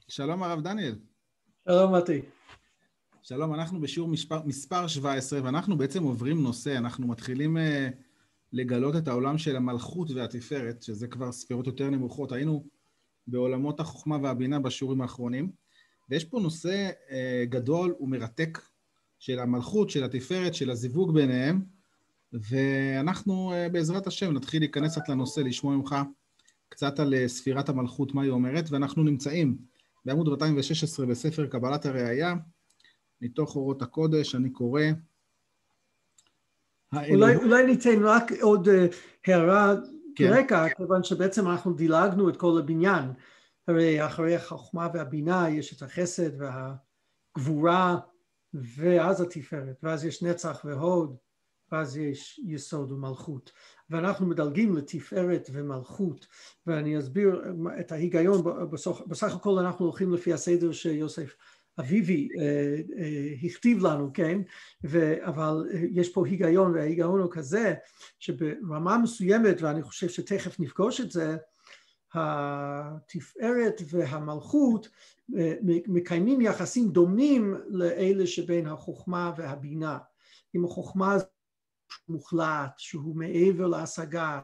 שלום הרב דניאל. שלום מתי. שלום, אנחנו בשיעור מספר 17, ואנחנו בעצם עוברים נושא, אנחנו מתחילים לגלות את העולם של המלכות והתפארת, שזה כבר ספירות יותר נמוכות. היינו בעולמות החוכמה והבינה בשיעורים האחרונים, ויש פה נושא גדול ומרתק של המלכות, של התפארת, של הזיווג ביניהם, ואנחנו בעזרת השם נתחיל להיכנס קצת לנושא, לשמוע ממך קצת על ספירת המלכות, מה היא אומרת, ואנחנו נמצאים בעמוד 216 בספר קבלת הראייה, מתוך אורות הקודש. אני קורא. אולי ניתן רק עוד הערה כן. רקע, כיוון שבעצם אנחנו דילגנו את כל הבניין. הרי אחרי החוכמה והבינה יש את החסד והגבורה, ואז התפארת, ואז יש נצח והוד, ואז יש יסוד ומלכות. ואנחנו מדלגים לתפארת ומלכות, ואני אסביר את ההיגיון. בסך הכל אנחנו הולכים לפי הסדר שיוסף אביבי הכתיב לנו, כן? אבל יש פה היגיון, וההיגיון הוא כזה שברמה מסוימת, ואני חושב שתכף נפגוש את זה, התפארת והמלכות מקיימים יחסים דומים לאלה שבין החוכמה והבינה. עם החוכמה מוחלט, שהוא מעבר להשגה,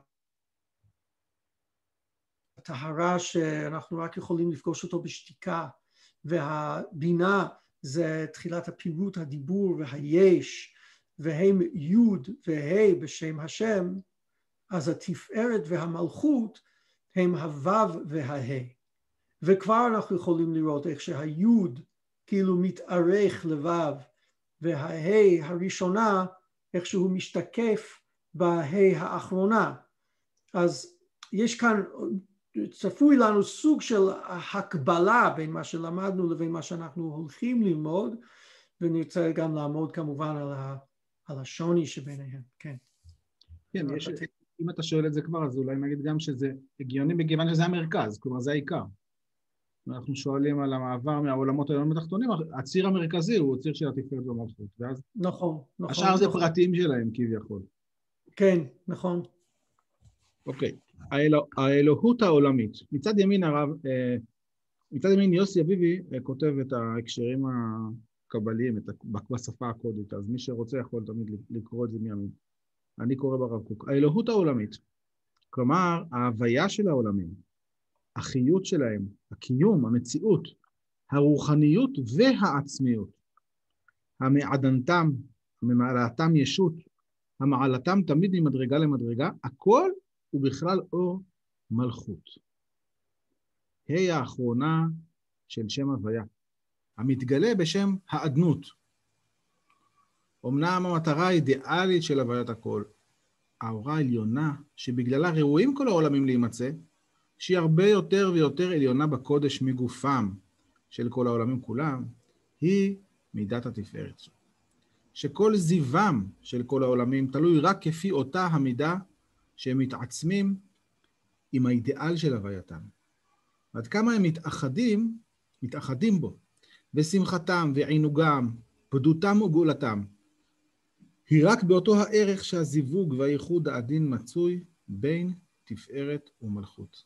הטהרה שאנחנו רק יכולים לפגוש אותו בשתיקה, והבינה זה תחילת הפירוט, הדיבור והיש, והם יוד והי בשם השם. אז התפארת והמלכות הם הוו וההי, וכבר אנחנו יכולים לראות איך שהיוד כאילו מתארך לוו, וההי הראשונה איך שהוא משתקף בהי האחרונה. אז יש כאן, צפוי לנו סוג של הקבלה בין מה שלמדנו לבין מה שאנחנו הולכים ללמוד, ונרצה גם לעמוד כמובן על השוני שביניהם. כן. כן, אם אתה שואל את זה כבר, אז אולי נגיד גם שזה הגיוני מכיוון שזה המרכז, כלומר זה העיקר. אנחנו שואלים על המעבר מהעולמות העליונים התחתונים, הציר המרכזי הוא ציר של התפארת והמלכות, ואז נכון. השאר זה פרטים שלהם כביכול. כן, נכון. אוקיי, האלוהות העולמית. מצד ימין יוסי אביבי כותב את ההקשרים הקבליים בשפה הקודית, אז מי שרוצה יכול תמיד לקרוא את זה מימין. אני קורא ברב קוק. האלוהות העולמית, כלומר ההוויה של העולמים, החיות שלהם, הקיום, המציאות, הרוחניות והעצמיות, המעדנתם, המעלתם ישות, המעלתם תמיד ממדרגה למדרגה, הכל הוא בכלל אור מלכות. היא האחרונה של שם הוויה, המתגלה בשם האדנות. אמנם המטרה האידיאלית של הוויית הכל, האורה העליונה שבגללה ראויים כל העולמים להימצא, שהיא הרבה יותר ויותר עליונה בקודש מגופם של כל העולמים כולם, היא מידת התפארת. שכל זיוום של כל העולמים תלוי רק כפי אותה המידה שהם מתעצמים עם האידיאל של הווייתם. עד כמה הם מתאחדים בו, בשמחתם ועינוגם, פדותם וגאולתם, היא רק באותו הערך שהזיווג והייחוד העדין מצוי בין תפארת ומלכות.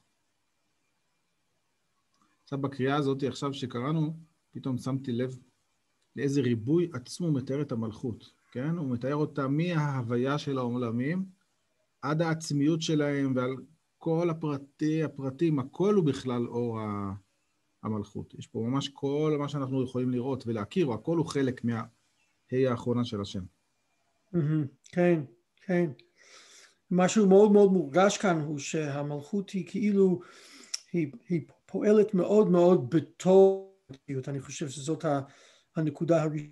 עכשיו בקריאה הזאת, עכשיו שקראנו, פתאום שמתי לב לאיזה ריבוי עצום הוא מתאר את המלכות, כן? הוא מתאר אותה מההוויה של העולמים, עד העצמיות שלהם, ועל כל הפרטים, הכל הוא בכלל אור המלכות. יש פה ממש כל מה שאנחנו יכולים לראות ולהכיר, הכל הוא חלק מההי האחרונה של השם. כן, כן. משהו מאוד מאוד מורגש כאן הוא שהמלכות היא כאילו, היא פועלת מאוד מאוד בתור, אני חושב שזאת הנקודה הראשונה.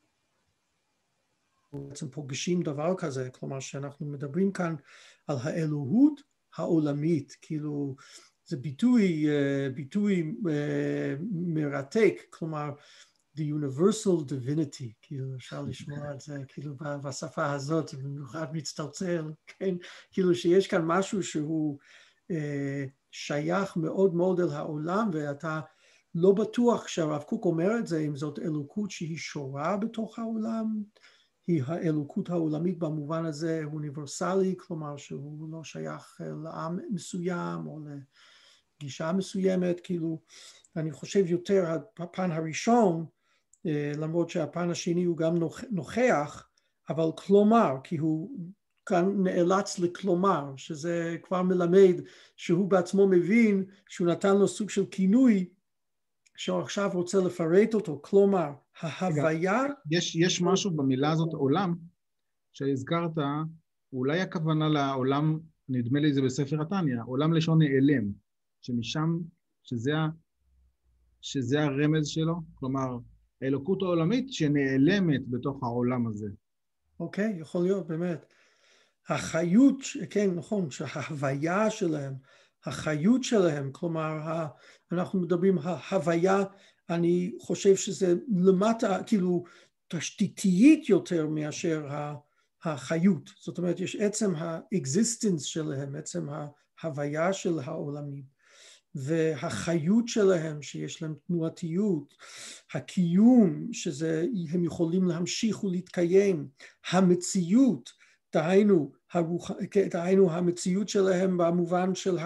בעצם פוגשים דבר כזה, כלומר שאנחנו מדברים כאן על האלוהות העולמית, כאילו זה ביטוי מרתק, כלומר the universal divinity, כאילו אפשר לשמוע את זה כאילו בשפה הזאת, במיוחד מצטלצל, כן, כאילו שיש כאן משהו שהוא שייך מאוד מאוד אל העולם, ואתה לא בטוח שהרב קוק אומר את זה, אם זאת אלוקות שהיא שורה בתוך העולם, היא האלוקות העולמית במובן הזה אוניברסלי, כלומר שהוא לא שייך לעם מסוים או גישה מסוימת, כאילו, אני חושב יותר הפן הראשון, למרות שהפן השני הוא גם נוכח, אבל כלומר, כי הוא כאן נאלץ לכלומר, שזה כבר מלמד שהוא בעצמו מבין שהוא נתן לו סוג של כינוי, שהוא עכשיו רוצה לפרט אותו, כלומר, ההוויה... יש משהו במילה הזאת, עולם, שהזכרת, אולי הכוונה לעולם, נדמה לי זה בספר התניא, עולם לשון נעלם, שמשם, שזה הרמז שלו, כלומר, האלוקות העולמית שנעלמת בתוך העולם הזה. אוקיי, יכול להיות, באמת. החיות, כן, נכון, שההוויה שלהם, החיות שלהם, כלומר, אנחנו מדברים ההוויה, אני חושב שזה למטה, כאילו, תשתיתית יותר מאשר החיות. זאת אומרת, יש עצם האקזיסטנס שלהם, עצם ההוויה של העולמים. והחיות שלהם, שיש להם תנועתיות, הקיום, שהם יכולים להמשיך ולהתקיים, המציאות, דהיינו המציאות שלהם במובן של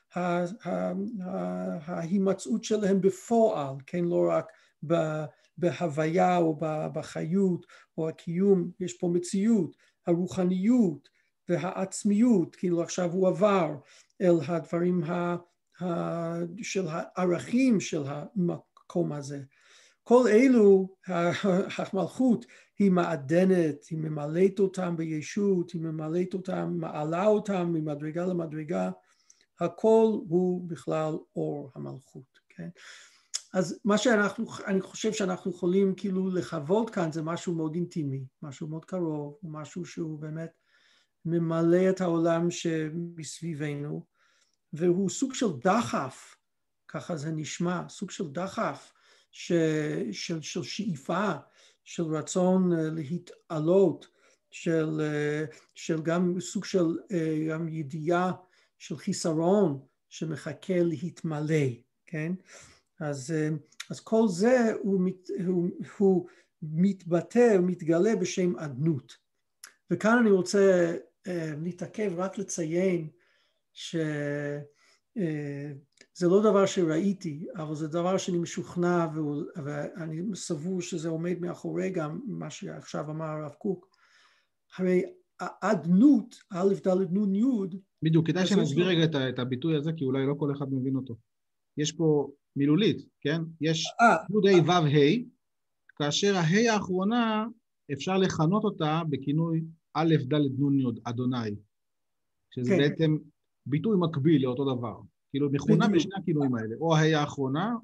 ההימצאות שלהם בפועל, כן, לא רק בהוויה או בחיות או הקיום, יש פה מציאות, הרוחניות והעצמיות, כאילו עכשיו הוא עבר אל הדברים של הערכים של המקום הזה. כל אלו, המלכות היא מעדנת, היא ממלאת אותם בישות, היא ממלאת אותם, מעלה אותם ממדרגה למדרגה, הכל הוא בכלל אור המלכות. כן? אז מה אני חושב שאנחנו יכולים כאילו לחוות כאן זה משהו מאוד אינטימי, משהו מאוד קרוב, משהו שהוא באמת ממלא את העולם שמסביבנו, והוא סוג של דחף, ככה זה נשמע, סוג של דחף של שאיפה, של רצון להתעלות, של גם סוג של גם ידיעה של חיסרון שמחכה להתמלא, כן? אז כל זה הוא מתבטא, הוא מתגלה בשם עדנות. וכאן אני רוצה להתעכב רק לציין שזה לא דבר שראיתי, אבל זה דבר שאני משוכנע ואני סבור שזה עומד מאחורי גם מה שעכשיו אמר הרב קוק. הרי עדנות, א' ד' נ' י' בדיוק, כדאי שנסביר רגע את הביטוי הזה, כי אולי לא כל אחד מבין אותו. יש פה מילולית, כן? יש י' ה' ו' ה', כאשר הה' האחרונה אפשר לכנות אותה בכינוי א' ד' נ' י', אדוני, שזה כן. בעצם ביטוי מקביל לאותו דבר. כאילו מכונה בשני הכינויים האלה, או הה' האחרונה.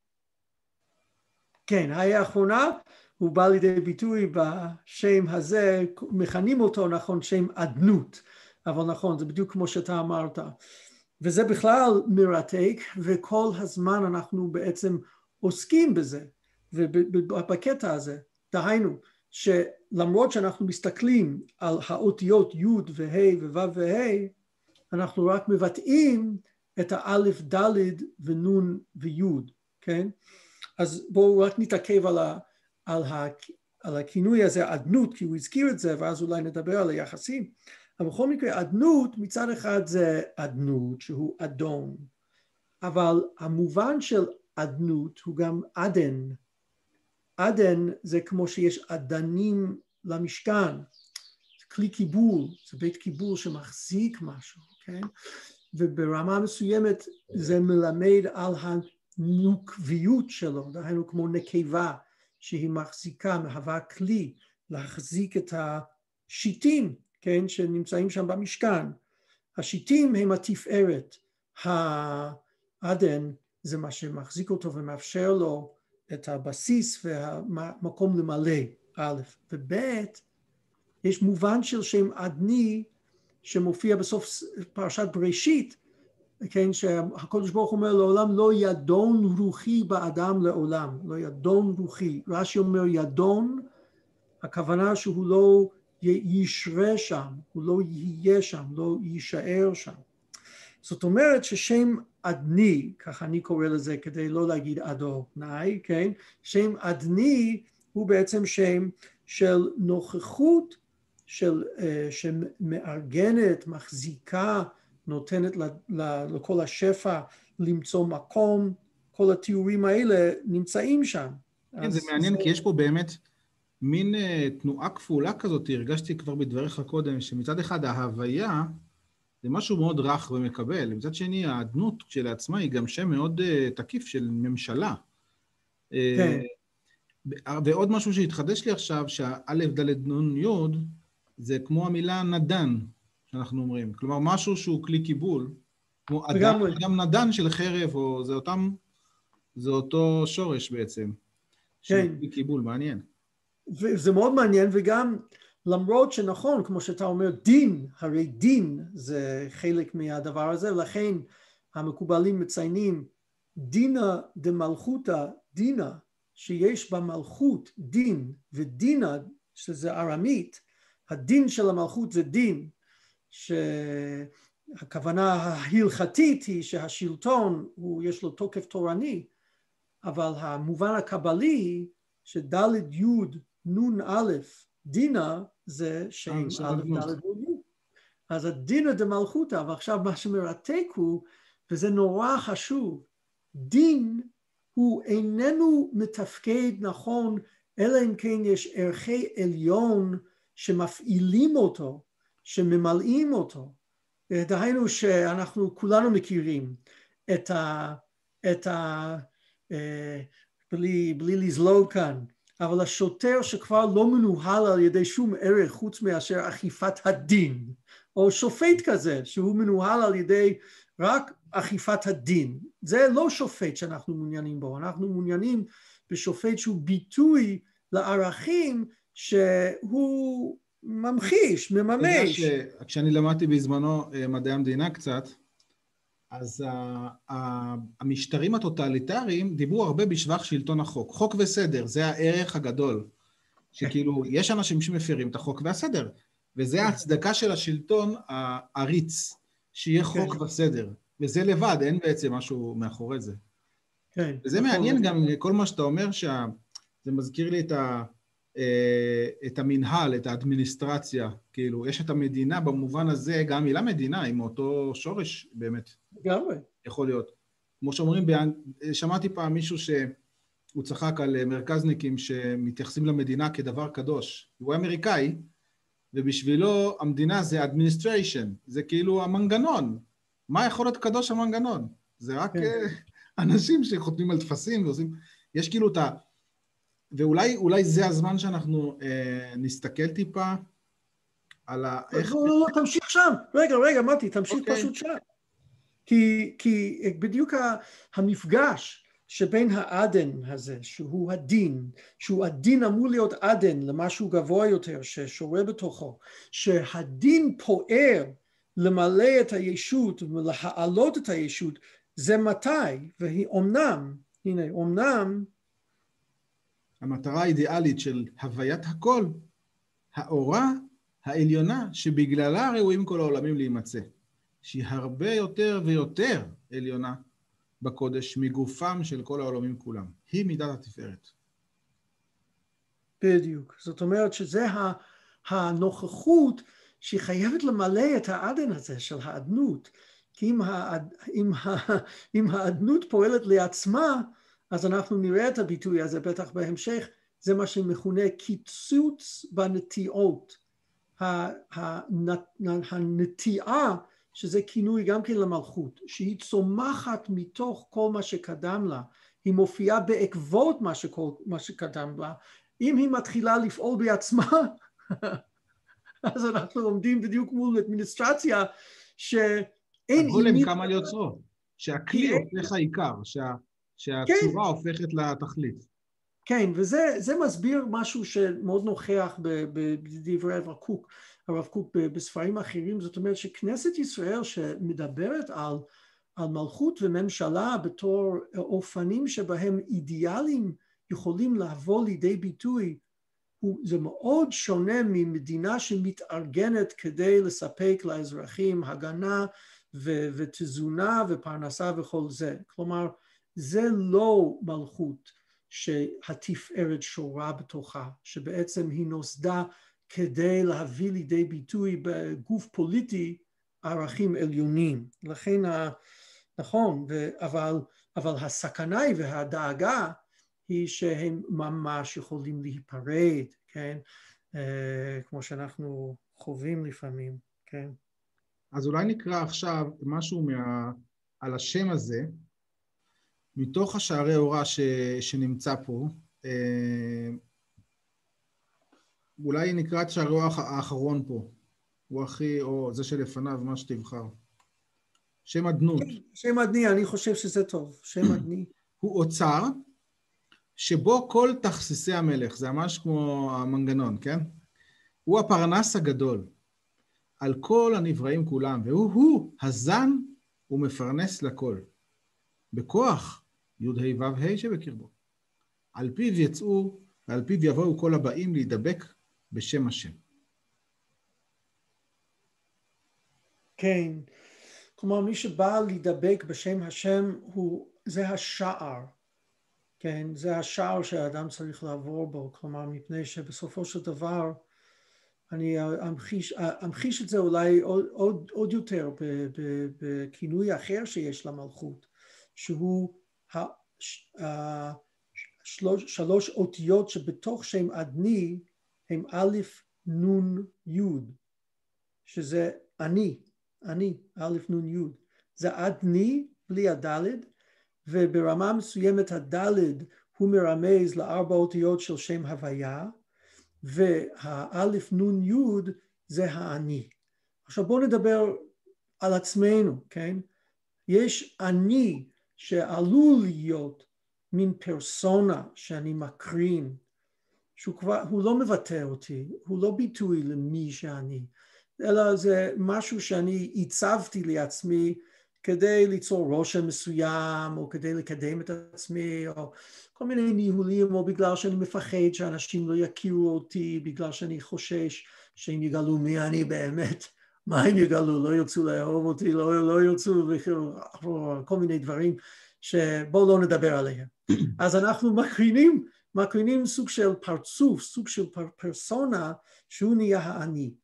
כן, הה' האחרונה הוא בא לידי ביטוי בשם הזה, מכנים אותו נכון שם עדנות, אבל נכון, זה בדיוק כמו שאתה אמרת. וזה בכלל מרתק, וכל הזמן אנחנו בעצם עוסקים בזה, ובקטע הזה, דהיינו, שלמרות שאנחנו מסתכלים על האותיות י' וה' וו' וה', אנחנו רק מבטאים את האלף ד' ונון וי', כן? אז בואו רק נתעכב על הכינוי הזה, עדנות, כי הוא הזכיר את זה, ואז אולי נדבר על היחסים. אבל בכל מקרה, עדנות, מצד אחד זה עדנות, שהוא אדון, אבל המובן של עדנות הוא גם עדן. עדן זה כמו שיש עדנים למשכן, זה כלי קיבול, זה בית קיבול שמחזיק משהו, כן? וברמה מסוימת זה מלמד על הנוקביות שלו, דהיינו כמו נקבה שהיא מחזיקה, מהווה כלי להחזיק את השיטים, כן, שנמצאים שם במשכן. השיטים הם התפארת, העדן זה מה שמחזיק אותו ומאפשר לו את הבסיס והמקום למלא, א', וב', יש מובן של שם עדני שמופיע בסוף פרשת בראשית, כן, שהקדוש ברוך הוא אומר לעולם לא ידון רוחי באדם לעולם, לא ידון רוחי. רש"י אומר ידון, הכוונה שהוא לא ישרה שם, הוא לא יהיה שם, לא יישאר שם. זאת אומרת ששם עדני, ככה אני קורא לזה כדי לא להגיד אדוני, כן? שם עדני הוא בעצם שם של נוכחות, שמארגנת, מחזיקה, נותנת לכל השפע למצוא מקום, כל התיאורים האלה נמצאים שם. כן, זה מעניין, כי יש פה באמת מין תנועה כפולה כזאת, הרגשתי כבר בדבריך קודם, שמצד אחד ההוויה זה משהו מאוד רך ומקבל, מצד שני האדנות שלעצמה היא גם שם מאוד תקיף של ממשלה. כן. ועוד משהו שהתחדש לי עכשיו, שהאלף דלת נון יוד, זה כמו המילה נדן, שאנחנו אומרים. כלומר, משהו שהוא כלי קיבול, כמו אדם, גם נדן של חרב, או זה אותו שורש בעצם. כן. כלי קיבול, מעניין. וזה מאוד מעניין, וגם למרות שנכון, כמו שאתה אומר, דין, הרי דין זה חלק מהדבר הזה, ולכן המקובלים מציינים דינה דמלכותא דינה, שיש במלכות דין, ודינה, שזה ארמית, הדין של המלכות זה דין, שהכוונה ההלכתית היא שהשלטון יש לו תוקף תורני, אבל המובן הקבלי שדלת יוד נון א' דינה זה שם א' דלת נון יוד. אז הדינה דמלכותא, ועכשיו מה שמרתק הוא, וזה נורא חשוב, דין הוא איננו מתפקד נכון, אלא אם כן יש ערכי עליון שמפעילים אותו, שממלאים אותו. דהיינו שאנחנו כולנו מכירים בלי לזלוג כאן, אבל השוטר שכבר לא מנוהל על ידי שום ערך חוץ מאשר אכיפת הדין, או שופט כזה שהוא מנוהל על ידי רק אכיפת הדין. זה לא שופט שאנחנו מעוניינים בו, אנחנו מעוניינים בשופט שהוא ביטוי לערכים שהוא ממחיש, מממש. כשאני למדתי בזמנו מדעי המדינה קצת, אז המשטרים הטוטליטריים דיברו הרבה בשבח שלטון החוק. חוק וסדר, זה הערך הגדול. שכאילו, יש אנשים שמפרים את החוק והסדר, וזה ההצדקה של השלטון העריץ, שיהיה חוק וסדר. וזה לבד, אין בעצם משהו מאחורי זה. כן. וזה מעניין גם כל מה שאתה אומר, זה מזכיר לי את המנהל, את האדמיניסטרציה, כאילו, יש את המדינה במובן הזה, גם מילה מדינה, עם אותו שורש באמת. לגמרי. יכול להיות. כמו שאומרים, שמעתי פעם מישהו שהוא צחק על מרכזניקים שמתייחסים למדינה כדבר קדוש. הוא אמריקאי, ובשבילו המדינה זה administration, זה כאילו המנגנון. מה יכול להיות קדוש המנגנון? זה רק אנשים שחותמים על תפסים ועושים, יש כאילו את ה... ואולי זה הזמן שאנחנו נסתכל טיפה על איך... לא, תמשיך שם. רגע, מתי, תמשיך פשוט שם. כי בדיוק המפגש שבין העדן הזה, שהוא הדין, שהוא הדין אמור להיות עדן למשהו גבוה יותר ששורה בתוכו, שהדין פועל למלא את הישות ולהעלות את הישות, זה מתי? והיא אומנם, המטרה האידיאלית של הוויית הכל, האורה העליונה שבגללה ראויים כל העולמים להימצא, שהיא הרבה יותר ויותר עליונה בקודש מגופם של כל העולמים כולם. היא מידת התפארת. בדיוק. זאת אומרת שזה הנוכחות שהיא חייבת למלא את העדן הזה של האדנות. כי אם האדנות פועלת לעצמה, אז אנחנו נראה את הביטוי הזה בטח בהמשך, זה מה שמכונה קיצוץ בנטיעות. הנטיעה, שזה כינוי גם כן למלכות, שהיא צומחת מתוך כל מה שקדם לה, היא מופיעה בעקבות מה שקדם לה, אם היא מתחילה לפעול בעצמה, אז אנחנו עומדים בדיוק מול אדמיניסטרציה, שאין... הגולם קם על יוצרו, שהכלי הופך העיקר, שהצורה הופכת לתכלית. כן, וזה מסביר משהו שמאוד נוכח בדברי הרב קוק בספרים אחרים, זאת אומרת שכנסת ישראל שמדברת על מלכות וממשלה בתור אופנים שבהם אידיאלים יכולים לבוא לידי ביטוי, זה מאוד שונה ממדינה שמתארגנת כדי לספק לאזרחים הגנה ותזונה ופרנסה וכל זה. כלומר, זה לא מלכות שהתפארת שורה בתוכה, שבעצם היא נוסדה כדי להביא לידי ביטוי בגוף פוליטי ערכים עליונים. לכן נכון, אבל הסכנה והדאגה היא שהם ממש יכולים להיפרד, כן? כמו שאנחנו חווים לפעמים, כן? אז אולי נקרא עכשיו משהו על השם הזה, מתוך השערי הוראה שנמצא פה. אולי נקרא את שערי הוראה האחרון פה. הוא הכי, או זה שלפניו, מה שתבחר. שם אדנות. כן, שם אדני, אני חושב שזה טוב. שם אדני. הוא אוצר, שבו כל תכסיסי המלך, זה ממש כמו המנגנון, כן? הוא הפרנס הגדול על כל הנבראים כולם, והוא הזן ומפרנס לכל. בכוח י' ה' ו' ה' שבקרבו. על פיו יצאו ועל פיו יבואו כל הבאים להידבק בשם השם. כן, כלומר מי שבא להידבק בשם השם זה השער, כן, זה השער שהאדם צריך לעבור בו, כלומר מפני שבסופו של דבר אני אמחיש את זה אולי עוד יותר בכינוי אחר שיש למלכות, שהוא שלוש אותיות שבתוך שם אדני הם א' נ' י', שזה אני, א' נ' י', זה אדני בלי הדלת, וברמה מסוימת הדלת הוא מרמז לארבע אותיות של שם הוויה, והאלף נ' י' זה האני. עכשיו בואו נדבר על עצמנו, כן? יש אני שעלול להיות מין פרסונה שאני מקרין, הוא לא מבטא אותי, הוא לא ביטוי למי שאני, אלא זה משהו שאני הצבתי לעצמי כדי ליצור רושם מסוים, או כדי לקדם את עצמי, או כל מיני ניהולים, או בגלל שאני מפחד שאנשים לא יכירו אותי, בגלל שאני חושש שהם יגלו מי אני באמת, מה הם יגלו, לא ירצו לאהוב אותי, לא ירצו, כל מיני דברים שבואו לא נדבר עליהם. אז אנחנו מקרינים סוג של פרצוף, סוג של פרסונה, שהוא נהיה האני.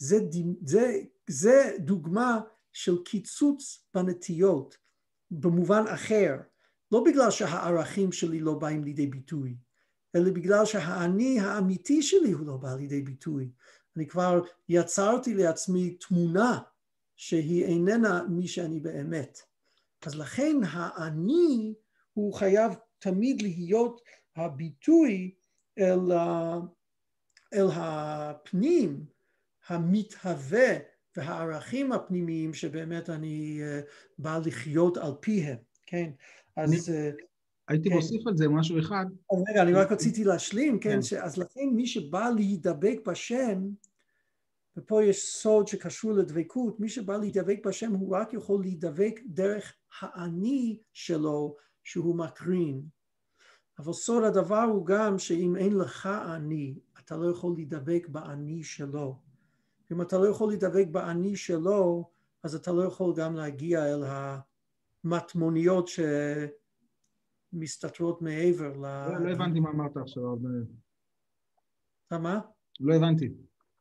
זה דוגמה של קיצוץ בנטיות, במובן אחר, לא בגלל שהערכים שלי לא באים לידי ביטוי, אלא בגלל שהאני האמיתי שלי הוא לא בא לידי ביטוי. אני כבר יצרתי לעצמי תמונה שהיא איננה מי שאני באמת. אז לכן האני הוא חייב תמיד להיות הביטוי אל הפנים, המתהווה והערכים הפנימיים שבאמת אני בא לחיות על פיהם, כן? אז הייתי מוסיף על זה משהו אחד. אז רגע, אני רק רציתי להשלים, כן? אז לכן מי שבא להידבק בשם, ופה יש סוד שקשור לדבקות, מי שבא להידבק בשם הוא רק יכול להידבק דרך האני שלו שהוא מקרין. אבל סוד הדבר הוא גם שאם אין לך אני, אתה לא יכול להידבק באני שלו. אם אתה לא יכול להידבק באני שלו, אז אתה לא יכול גם להגיע אל המטמוניות שמסתתרות מעבר. לא הבנתי מה אמרת עכשיו. מה? לא הבנתי.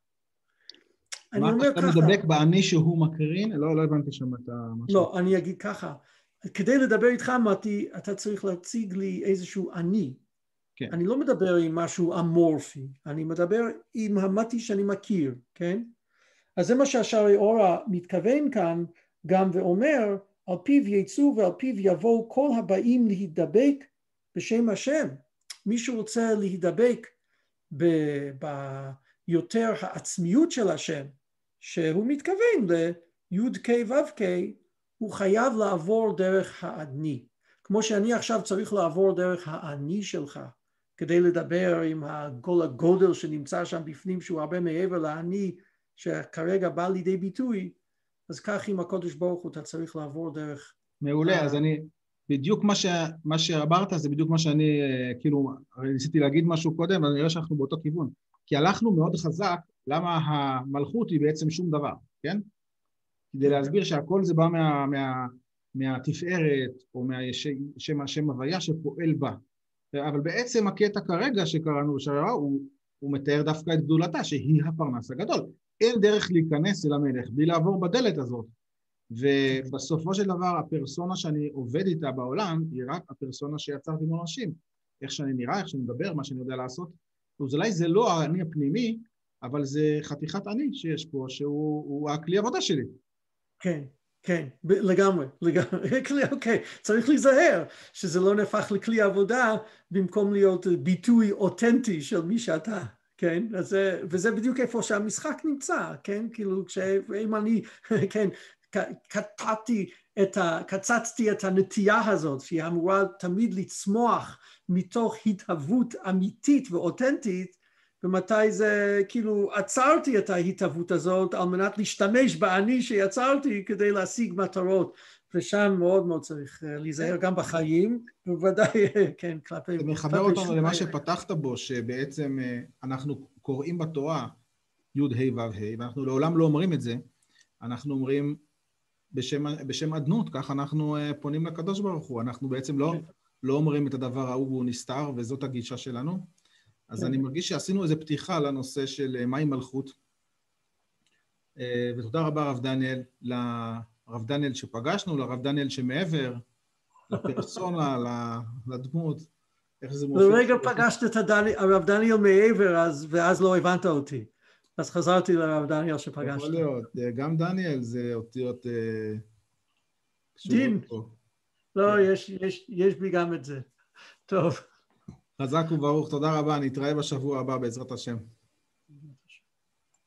מה אתה מדבק באני שהוא מקרין? לא הבנתי שם את המשהו. לא, אני אגיד ככה. כדי לדבר איתך, אמרתי, אתה צריך להציג לי איזשהו אני. כן. אני לא מדבר עם משהו אמורפי, אני מדבר עם המתי שאני מכיר, כן? אז זה מה שהשערי אורה מתכוון כאן גם ואומר, על פיו יצאו ועל פיו יבואו כל הבאים להידבק בשם השם. מי שרוצה להידבק ביותר העצמיות של השם, שהוא מתכוון לי' ק' ו' ק', הוא חייב לעבור דרך האדני. כמו שאני עכשיו צריך לעבור דרך האני שלך, כדי לדבר עם כל הגודל שנמצא שם בפנים, שהוא הרבה מעבר לאני, שכרגע בא לידי ביטוי, אז כך עם הקודש ברוך הוא אתה צריך לעבור דרך. מעולה, אז אני, בדיוק מה שאמרת זה בדיוק מה שאני, כאילו, ניסיתי להגיד משהו קודם, אבל נראה שאנחנו באותו כיוון. כי הלכנו מאוד חזק, למה המלכות היא בעצם שום דבר, כן? כדי להסביר שהכל זה בא מהתפארת, או מהשם הוויה שפועל בה. אבל בעצם הקטע כרגע שקראנו בשערה, הוא מתאר דווקא את גדולתה, שהיא הפרנס הגדול. אין דרך להיכנס אל המלך בלי לעבור בדלת הזאת. ובסופו של דבר, הפרסונה שאני עובד איתה בעולם, היא רק הפרסונה שיצרתי עם אנשים. איך שאני נראה, איך שאני מדבר, מה שאני יודע לעשות. אז אולי זה לא האני הפנימי, אבל זה חתיכת אני שיש פה, שהוא הכלי עבודה שלי. כן, כן, לגמרי, אוקיי, צריך להיזהר שזה לא נהפך לכלי עבודה במקום להיות ביטוי אותנטי של מי שאתה, כן? וזה בדיוק איפה שהמשחק נמצא, כן? כאילו, אם אני, כן, קצצתי את הנטייה הזאת, שהיא אמורה תמיד לצמוח מתוך התהוות אמיתית ואותנטית, ומתי זה, כאילו, עצרתי את ההתהוות הזאת על מנת להשתמש באני שיצרתי כדי להשיג מטרות, ושם מאוד מאוד צריך להיזהר גם בחיים, ובוודאי, כן, כלפי... זה מחבר אותנו למה שפתחת בו, שבעצם אנחנו קוראים בתורה י' ה' ו' ה', ואנחנו לעולם לא אומרים את זה, אנחנו אומרים בשם עדנות, כך אנחנו פונים לקדוש ברוך הוא, אנחנו בעצם לא אומרים את הדבר ההוא והוא נסתר, וזאת הגישה שלנו. אז אני מרגיש שעשינו איזו פתיחה לנושא של מהי מלכות, ותודה רבה הרב דניאל, לרב דניאל שפגשנו, לרב דניאל שמעבר, לפרסונה, לדמות, איך זה מופיע. לרגע פגשת את הרב דניאל מעבר, ואז לא הבנת אותי. אז חזרתי לרב דניאל שפגשת. יכול להיות, גם דניאל זה אותיות... דין. לא, יש בי גם את זה. טוב. חזק וברוך, תודה רבה, נתראה בשבוע הבא בעזרת השם.